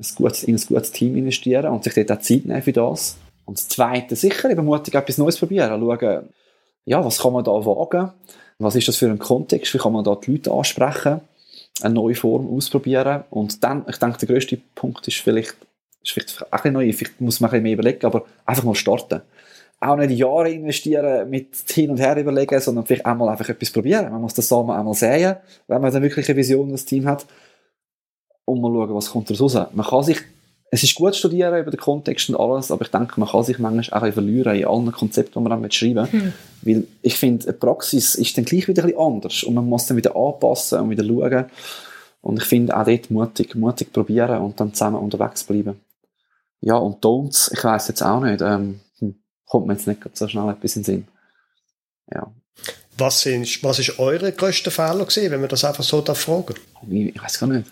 In ein gutes Team investieren und sich dort auch Zeit nehmen für das. Und das Zweite, sicher eben mutig etwas Neues probieren. Schauen, ja, was kann man da wagen? Was ist das für ein Kontext? Wie kann man da die Leute ansprechen? Eine neue Form ausprobieren. Und dann, ich denke, der grösste Punkt ist vielleicht auch ein bisschen neu, vielleicht muss man ein bisschen mehr überlegen, aber einfach mal starten. Auch nicht Jahre investieren mit hin und her überlegen, sondern vielleicht auch mal einfach etwas probieren. Man muss das Samen einmal säen, wenn man dann wirklich eine Vision das Team hat. Und mal schauen, was kommt daraus raus. Man kann sich, es ist gut studieren über den Kontext und alles, aber ich denke, man kann sich manchmal auch verlieren in allen Konzepten, die man dann schreiben will. Weil ich finde, eine Praxis ist dann gleich wieder ein bisschen anders und man muss dann wieder anpassen und wieder schauen. Und ich finde auch dort mutig probieren und dann zusammen unterwegs bleiben. Ja, und Don'ts, ich weiss jetzt auch nicht, kommt mir jetzt nicht so schnell etwas in den Sinn. Ja. Was ist eure grösste Fehler gewesen, wenn wir das einfach so fragen? Ich weiss gar nicht.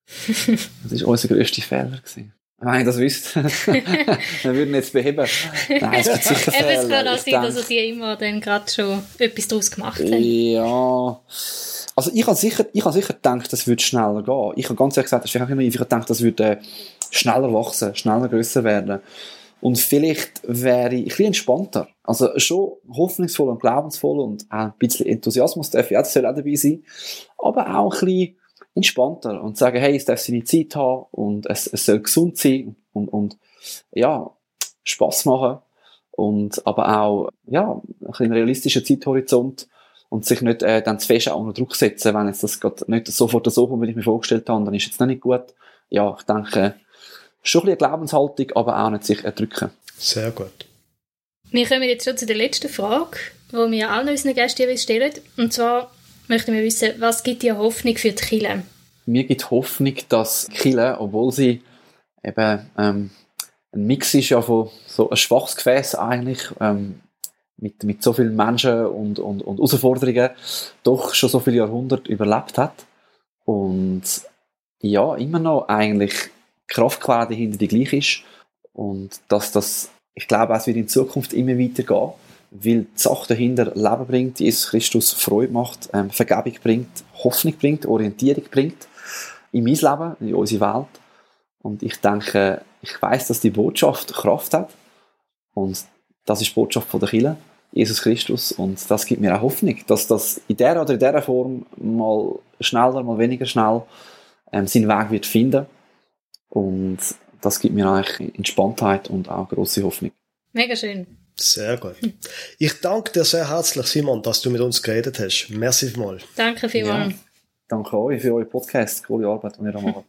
Das war unser grösster Fehler gewesen. Wenn ich das wüsste, dann würden wir jetzt beheben. Nein, es gibt sicher Fehler. Es kann auch sein, dass er die immer dann gerade schon etwas daraus gemacht hat. Ja. Also ich habe sicher gedacht, das würde schneller gehen. Ich habe ganz ehrlich gesagt, das ist vielleicht naiv. Ich habe gedacht, das würde schneller wachsen, schneller grösser werden. Und vielleicht wäre ich ein bisschen entspannter. Also schon hoffnungsvoll und glaubensvoll und auch ein bisschen Enthusiasmus darf ja, das soll auch dabei sein. Aber auch ein bisschen entspannter und sagen, hey, es darf seine Zeit haben und es soll gesund sein und ja, Spass machen und aber auch, ja, ein bisschen realistischer Zeithorizont und sich nicht dann zu fest auch unter Druck setzen, wenn jetzt das gerade nicht sofort so kommt, wie ich mir vorgestellt habe, dann ist jetzt noch nicht gut. Ja, ich denke, schon ein bisschen Glaubenshaltung, aber auch nicht sich erdrücken. Sehr gut. Wir kommen jetzt schon zu der letzten Frage, die wir allen unseren Gästen stellen. Und zwar möchten wir wissen, was gibt dir Hoffnung für die Kirche? Mir gibt Hoffnung, dass die Kirche, obwohl sie eben ein Mix ist ja von so ein schwaches Gefäß eigentlich, mit so vielen Menschen und Herausforderungen, doch schon so viele Jahrhunderte überlebt hat. Und ja, immer noch eigentlich die Kraftquelle dahinter die gleiche ist. Und dass das, ich glaube, es wird in Zukunft immer weitergehen, weil die Sache dahinter Leben bringt, Jesus Christus Freude macht, Vergebung bringt, Hoffnung bringt, Orientierung bringt in mein Leben, in unsere Welt. Und ich denke, ich weiss, dass die Botschaft Kraft hat. Und das ist die Botschaft von der Kirche, Jesus Christus. Und das gibt mir auch Hoffnung, dass das in der oder in dieser Form mal schneller, mal weniger schnell seinen Weg wird finden. Und das gibt mir eigentlich Entspanntheit und auch grosse Hoffnung. Mega schön. Sehr gut. Ich danke dir sehr herzlich, Simon, dass du mit uns geredet hast. Merci vielmals. Danke vielmals. Ja, danke euch für euren Podcast. Coole Arbeit, die ihr da macht.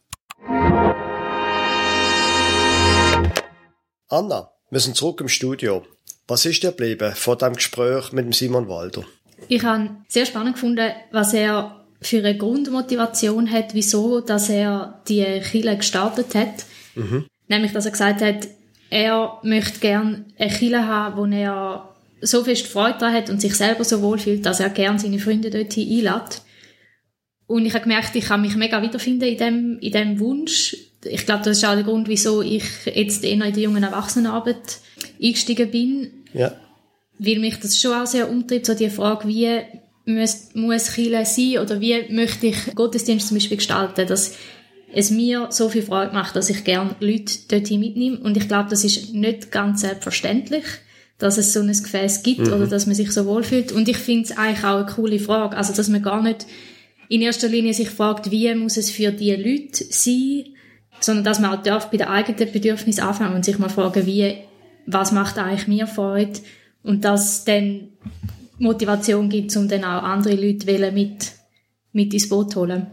Anna, wir sind zurück im Studio. Was ist dir geblieben von diesem Gespräch mit dem Simon Walder? Ich habe sehr spannend gefunden, was er für eine Grundmotivation hat, wieso dass er die Kirche gestartet hat. Nämlich, dass er gesagt hat, er möchte gerne eine Kirche haben, wo er so fest Freude daran hat und sich selber so wohlfühlt, dass er gerne seine Freunde dorthin einlädt. Und ich habe gemerkt, ich kann mich mega wiederfinden in dem Wunsch. Ich glaube, das ist auch der Grund, wieso ich jetzt eher in die jungen Erwachsenenarbeit eingestiegen bin. Ja. Weil mich das schon auch sehr umtreibt, so die Frage, wie muss Kirche sein oder wie möchte ich Gottesdienst zum Beispiel gestalten, dass es mir so viel Freude macht, dass ich gerne Leute dorthin mitnehme. Und ich glaube, das ist nicht ganz selbstverständlich, dass es so ein Gefäß gibt oder dass man sich so wohlfühlt. Und ich finde es eigentlich auch eine coole Frage, also dass man gar nicht in erster Linie sich fragt, wie muss es für die Leute sein, sondern dass man auch darf bei den eigenen Bedürfnissen anfangen und sich mal fragen, was macht eigentlich mir Freude, und dass dann Motivation gibt, um dann auch andere Leute mit ins Boot zu holen.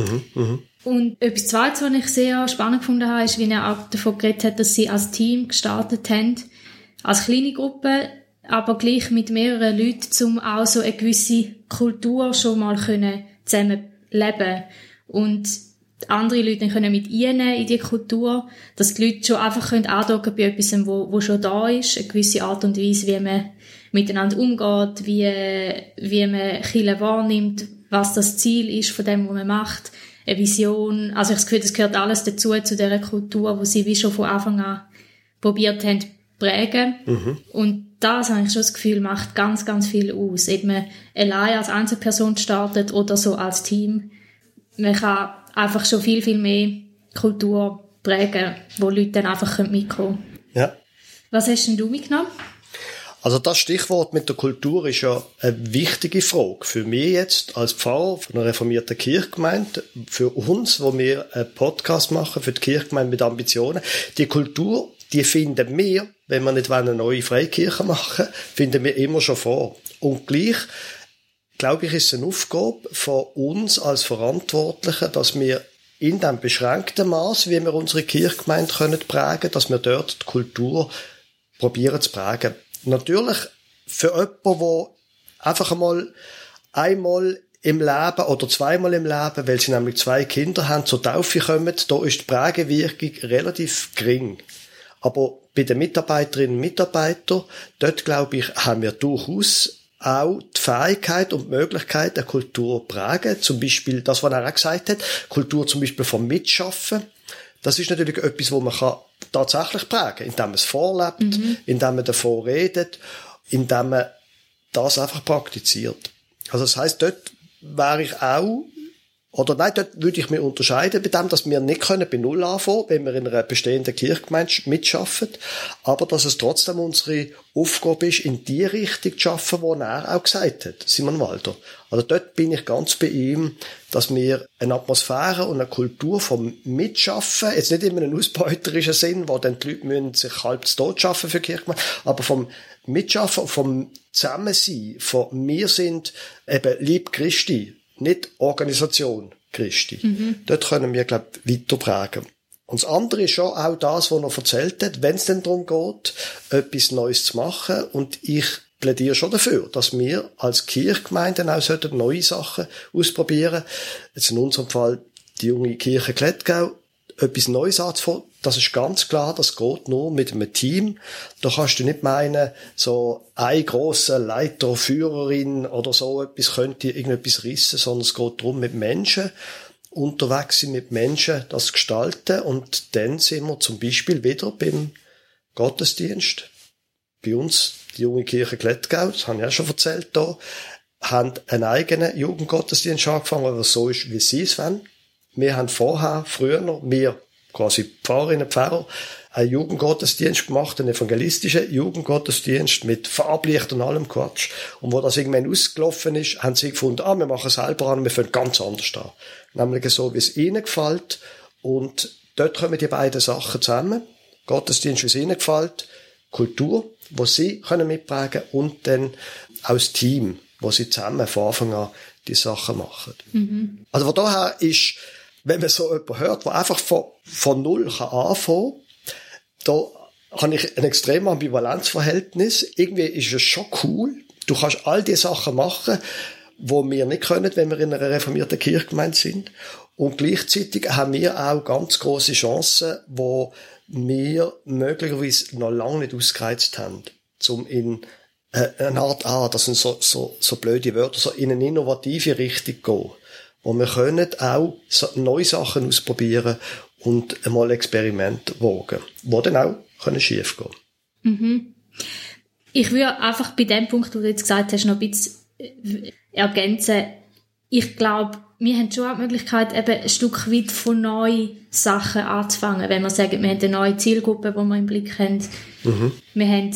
Und etwas Zweites, was ich sehr spannend gefunden habe, ist, wie er auch davon geredet hat, dass sie als Team gestartet haben, als kleine Gruppe, aber gleich mit mehreren Leuten, um auch so eine gewisse Kultur schon mal zusammen leben und andere Leute dann können mit einnehmen in die Kultur, dass die Leute schon einfach andocken bei etwas, wo schon da ist, eine gewisse Art und Weise, wie man miteinander umgeht, wie man Kirche wahrnimmt, was das Ziel ist von dem, was man macht, eine Vision. Also ich habe das Gefühl, das gehört alles dazu, zu dieser Kultur, wo sie wie schon von Anfang an probiert haben, zu prägen. Und das habe ich schon das Gefühl, macht ganz, ganz viel aus. Ob man allein als Einzelperson startet oder so als Team. Man kann einfach schon viel, viel mehr Kultur prägen, wo Leute dann einfach mitkommen können. Ja. Was hast denn du mitgenommen? Also das Stichwort mit der Kultur ist ja eine wichtige Frage. Für mich jetzt als Pfarrer von einer reformierten Kirchgemeinde, für uns, wo wir einen Podcast machen für die Kirchgemeinde mit Ambitionen. Die Kultur, die finden wir, wenn wir nicht eine neue Freikirche machen, finden wir immer schon vor. Und gleich, glaube ich, ist es eine Aufgabe von uns als Verantwortlichen, dass wir in dem beschränkten Maß, wie wir unsere Kirchgemeinde prägen können, dass wir dort die Kultur probieren zu prägen. Natürlich für jemanden, der einfach einmal im Leben oder zweimal im Leben, weil sie nämlich 2 Kinder haben, zur Taufe kommen, da ist die Prägewirkung relativ gering. Aber bei den Mitarbeiterinnen und Mitarbeitern, dort, glaube ich, haben wir durchaus auch die Fähigkeit und die Möglichkeit, eine Kultur zu prägen. Zum Beispiel das, was er auch gesagt hat, Kultur zum Beispiel vom Mitschaffen. Das ist natürlich etwas, wo man tatsächlich prägen kann, indem man es vorlebt, indem man davon redet, indem man das einfach praktiziert. Also das heisst, dort wäre ich auch, oder nein, dort würde ich mich unterscheiden bei dem, dass wir nicht bei Null anfangen, wenn wir in einer bestehenden Kirchgemeinde mitschaffen, aber dass es trotzdem unsere Aufgabe ist, in die Richtung zu arbeiten, die er auch gesagt hat, Simon Walter. Also dort bin ich ganz bei ihm, dass wir eine Atmosphäre und eine Kultur vom Mitschaffen, jetzt nicht in einem ausbeuterischen Sinn, wo dann die Leute müssen sich halb zu Tod schaffen für die Kirchgemeinde, aber vom Mitschaffen, vom Zusammensein, von wir sind eben Lieb Christi, nicht Organisation Christi. Dort können wir, glaube ich, weiter prägen. Und das andere ist schon auch das, was er erzählt hat, wenn es denn darum geht, etwas Neues zu machen. Und ich plädiere schon dafür, dass wir als Kirchgemeinden auch neue Sachen ausprobieren. Jetzt in unserem Fall die junge Kirche Klettgau, etwas Neues anzufangen. Das ist ganz klar, das geht nur mit einem Team. Da kannst du nicht meinen, so ein grosser Leiter, Führerin oder so etwas könnte irgendetwas rissen, sondern es geht darum, mit Menschen unterwegs sind, mit Menschen das gestalten. Und dann sind wir zum Beispiel wieder beim Gottesdienst. Bei uns, die junge Kirche Klettgau, das habe ich auch schon erzählt hier, haben einen eigenen Jugendgottesdienst angefangen, oder so ist, wie sie es wollen. Wir haben früher, wir quasi Pfarrerinnen und Pfarrer, einen Jugendgottesdienst gemacht, einen evangelistischen Jugendgottesdienst mit Farblicht und allem Quatsch. Und wo das irgendwann ausgelaufen ist, haben sie gefunden, wir machen es selber an, wir fangen ganz anders an. Nämlich so, wie es ihnen gefällt. Und dort kommen die beiden Sachen zusammen. Gottesdienst, wie es ihnen gefällt, Kultur, wo sie können mitprägen, und dann auch das Team, wo sie zusammen von Anfang an die Sachen machen. Also von daher ist, wenn man so jemanden hört, der einfach von Null anfangen kann, da habe ich ein extrem Ambivalenzverhältnis. Irgendwie ist es schon cool. Du kannst all die Sachen machen, wo wir nicht können, wenn wir in einer reformierten Kirchgemeinde sind. Und gleichzeitig haben wir auch ganz grosse Chancen, wo wir möglicherweise noch lange nicht ausgereizt haben, um in eine Art, das sind so blöde Wörter, so in eine innovative Richtung gehen. Wo wir können auch so neue Sachen ausprobieren und einmal Experimente wagen, die dann auch schief gehen können. Mhm. Ich würde einfach bei dem Punkt, wo du jetzt gesagt hast, noch ein bisschen ergänzen. Ich glaube, wir haben schon auch die Möglichkeit, eben ein Stück weit von neuen Sachen anzufangen. Wenn wir sagen, wir haben eine neue Zielgruppe, die wir im Blick haben. Mhm. Wir haben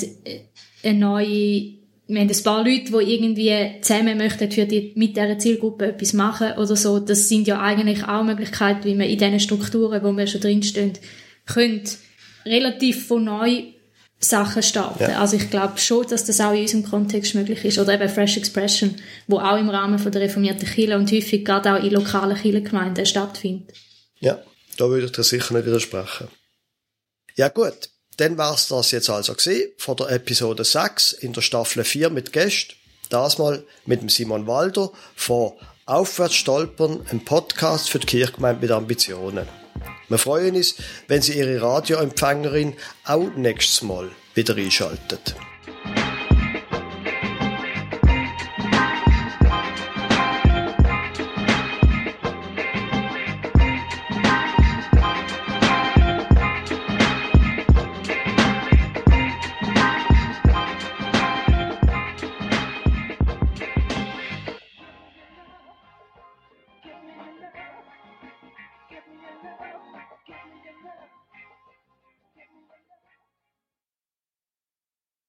ein paar Leute, die irgendwie zusammen möchten mit dieser Zielgruppe etwas machen oder so. Das sind ja eigentlich auch Möglichkeiten, wie man in diesen Strukturen, wo wir schon drinstehen, können relativ von neu Sachen starten. Ja. Also ich glaube schon, dass das auch in unserem Kontext möglich ist. Oder eben Fresh Expression, wo auch im Rahmen von der reformierten Kirche und häufig gerade auch in lokalen Kirchengemeinden stattfindet. Ja, da würde ich dir sicher nicht widersprechen. Ja gut, dann war es das jetzt also gewesen, von der Episode 6 in der Staffel 4 mit Gästen. Das mal mit dem Simon Walder von Aufwärtsstolpern, ein Podcast für die Kirchgemeinde mit Ambitionen. Wir freuen uns, wenn Sie Ihre Radioempfängerin auch nächstes Mal wieder einschalten.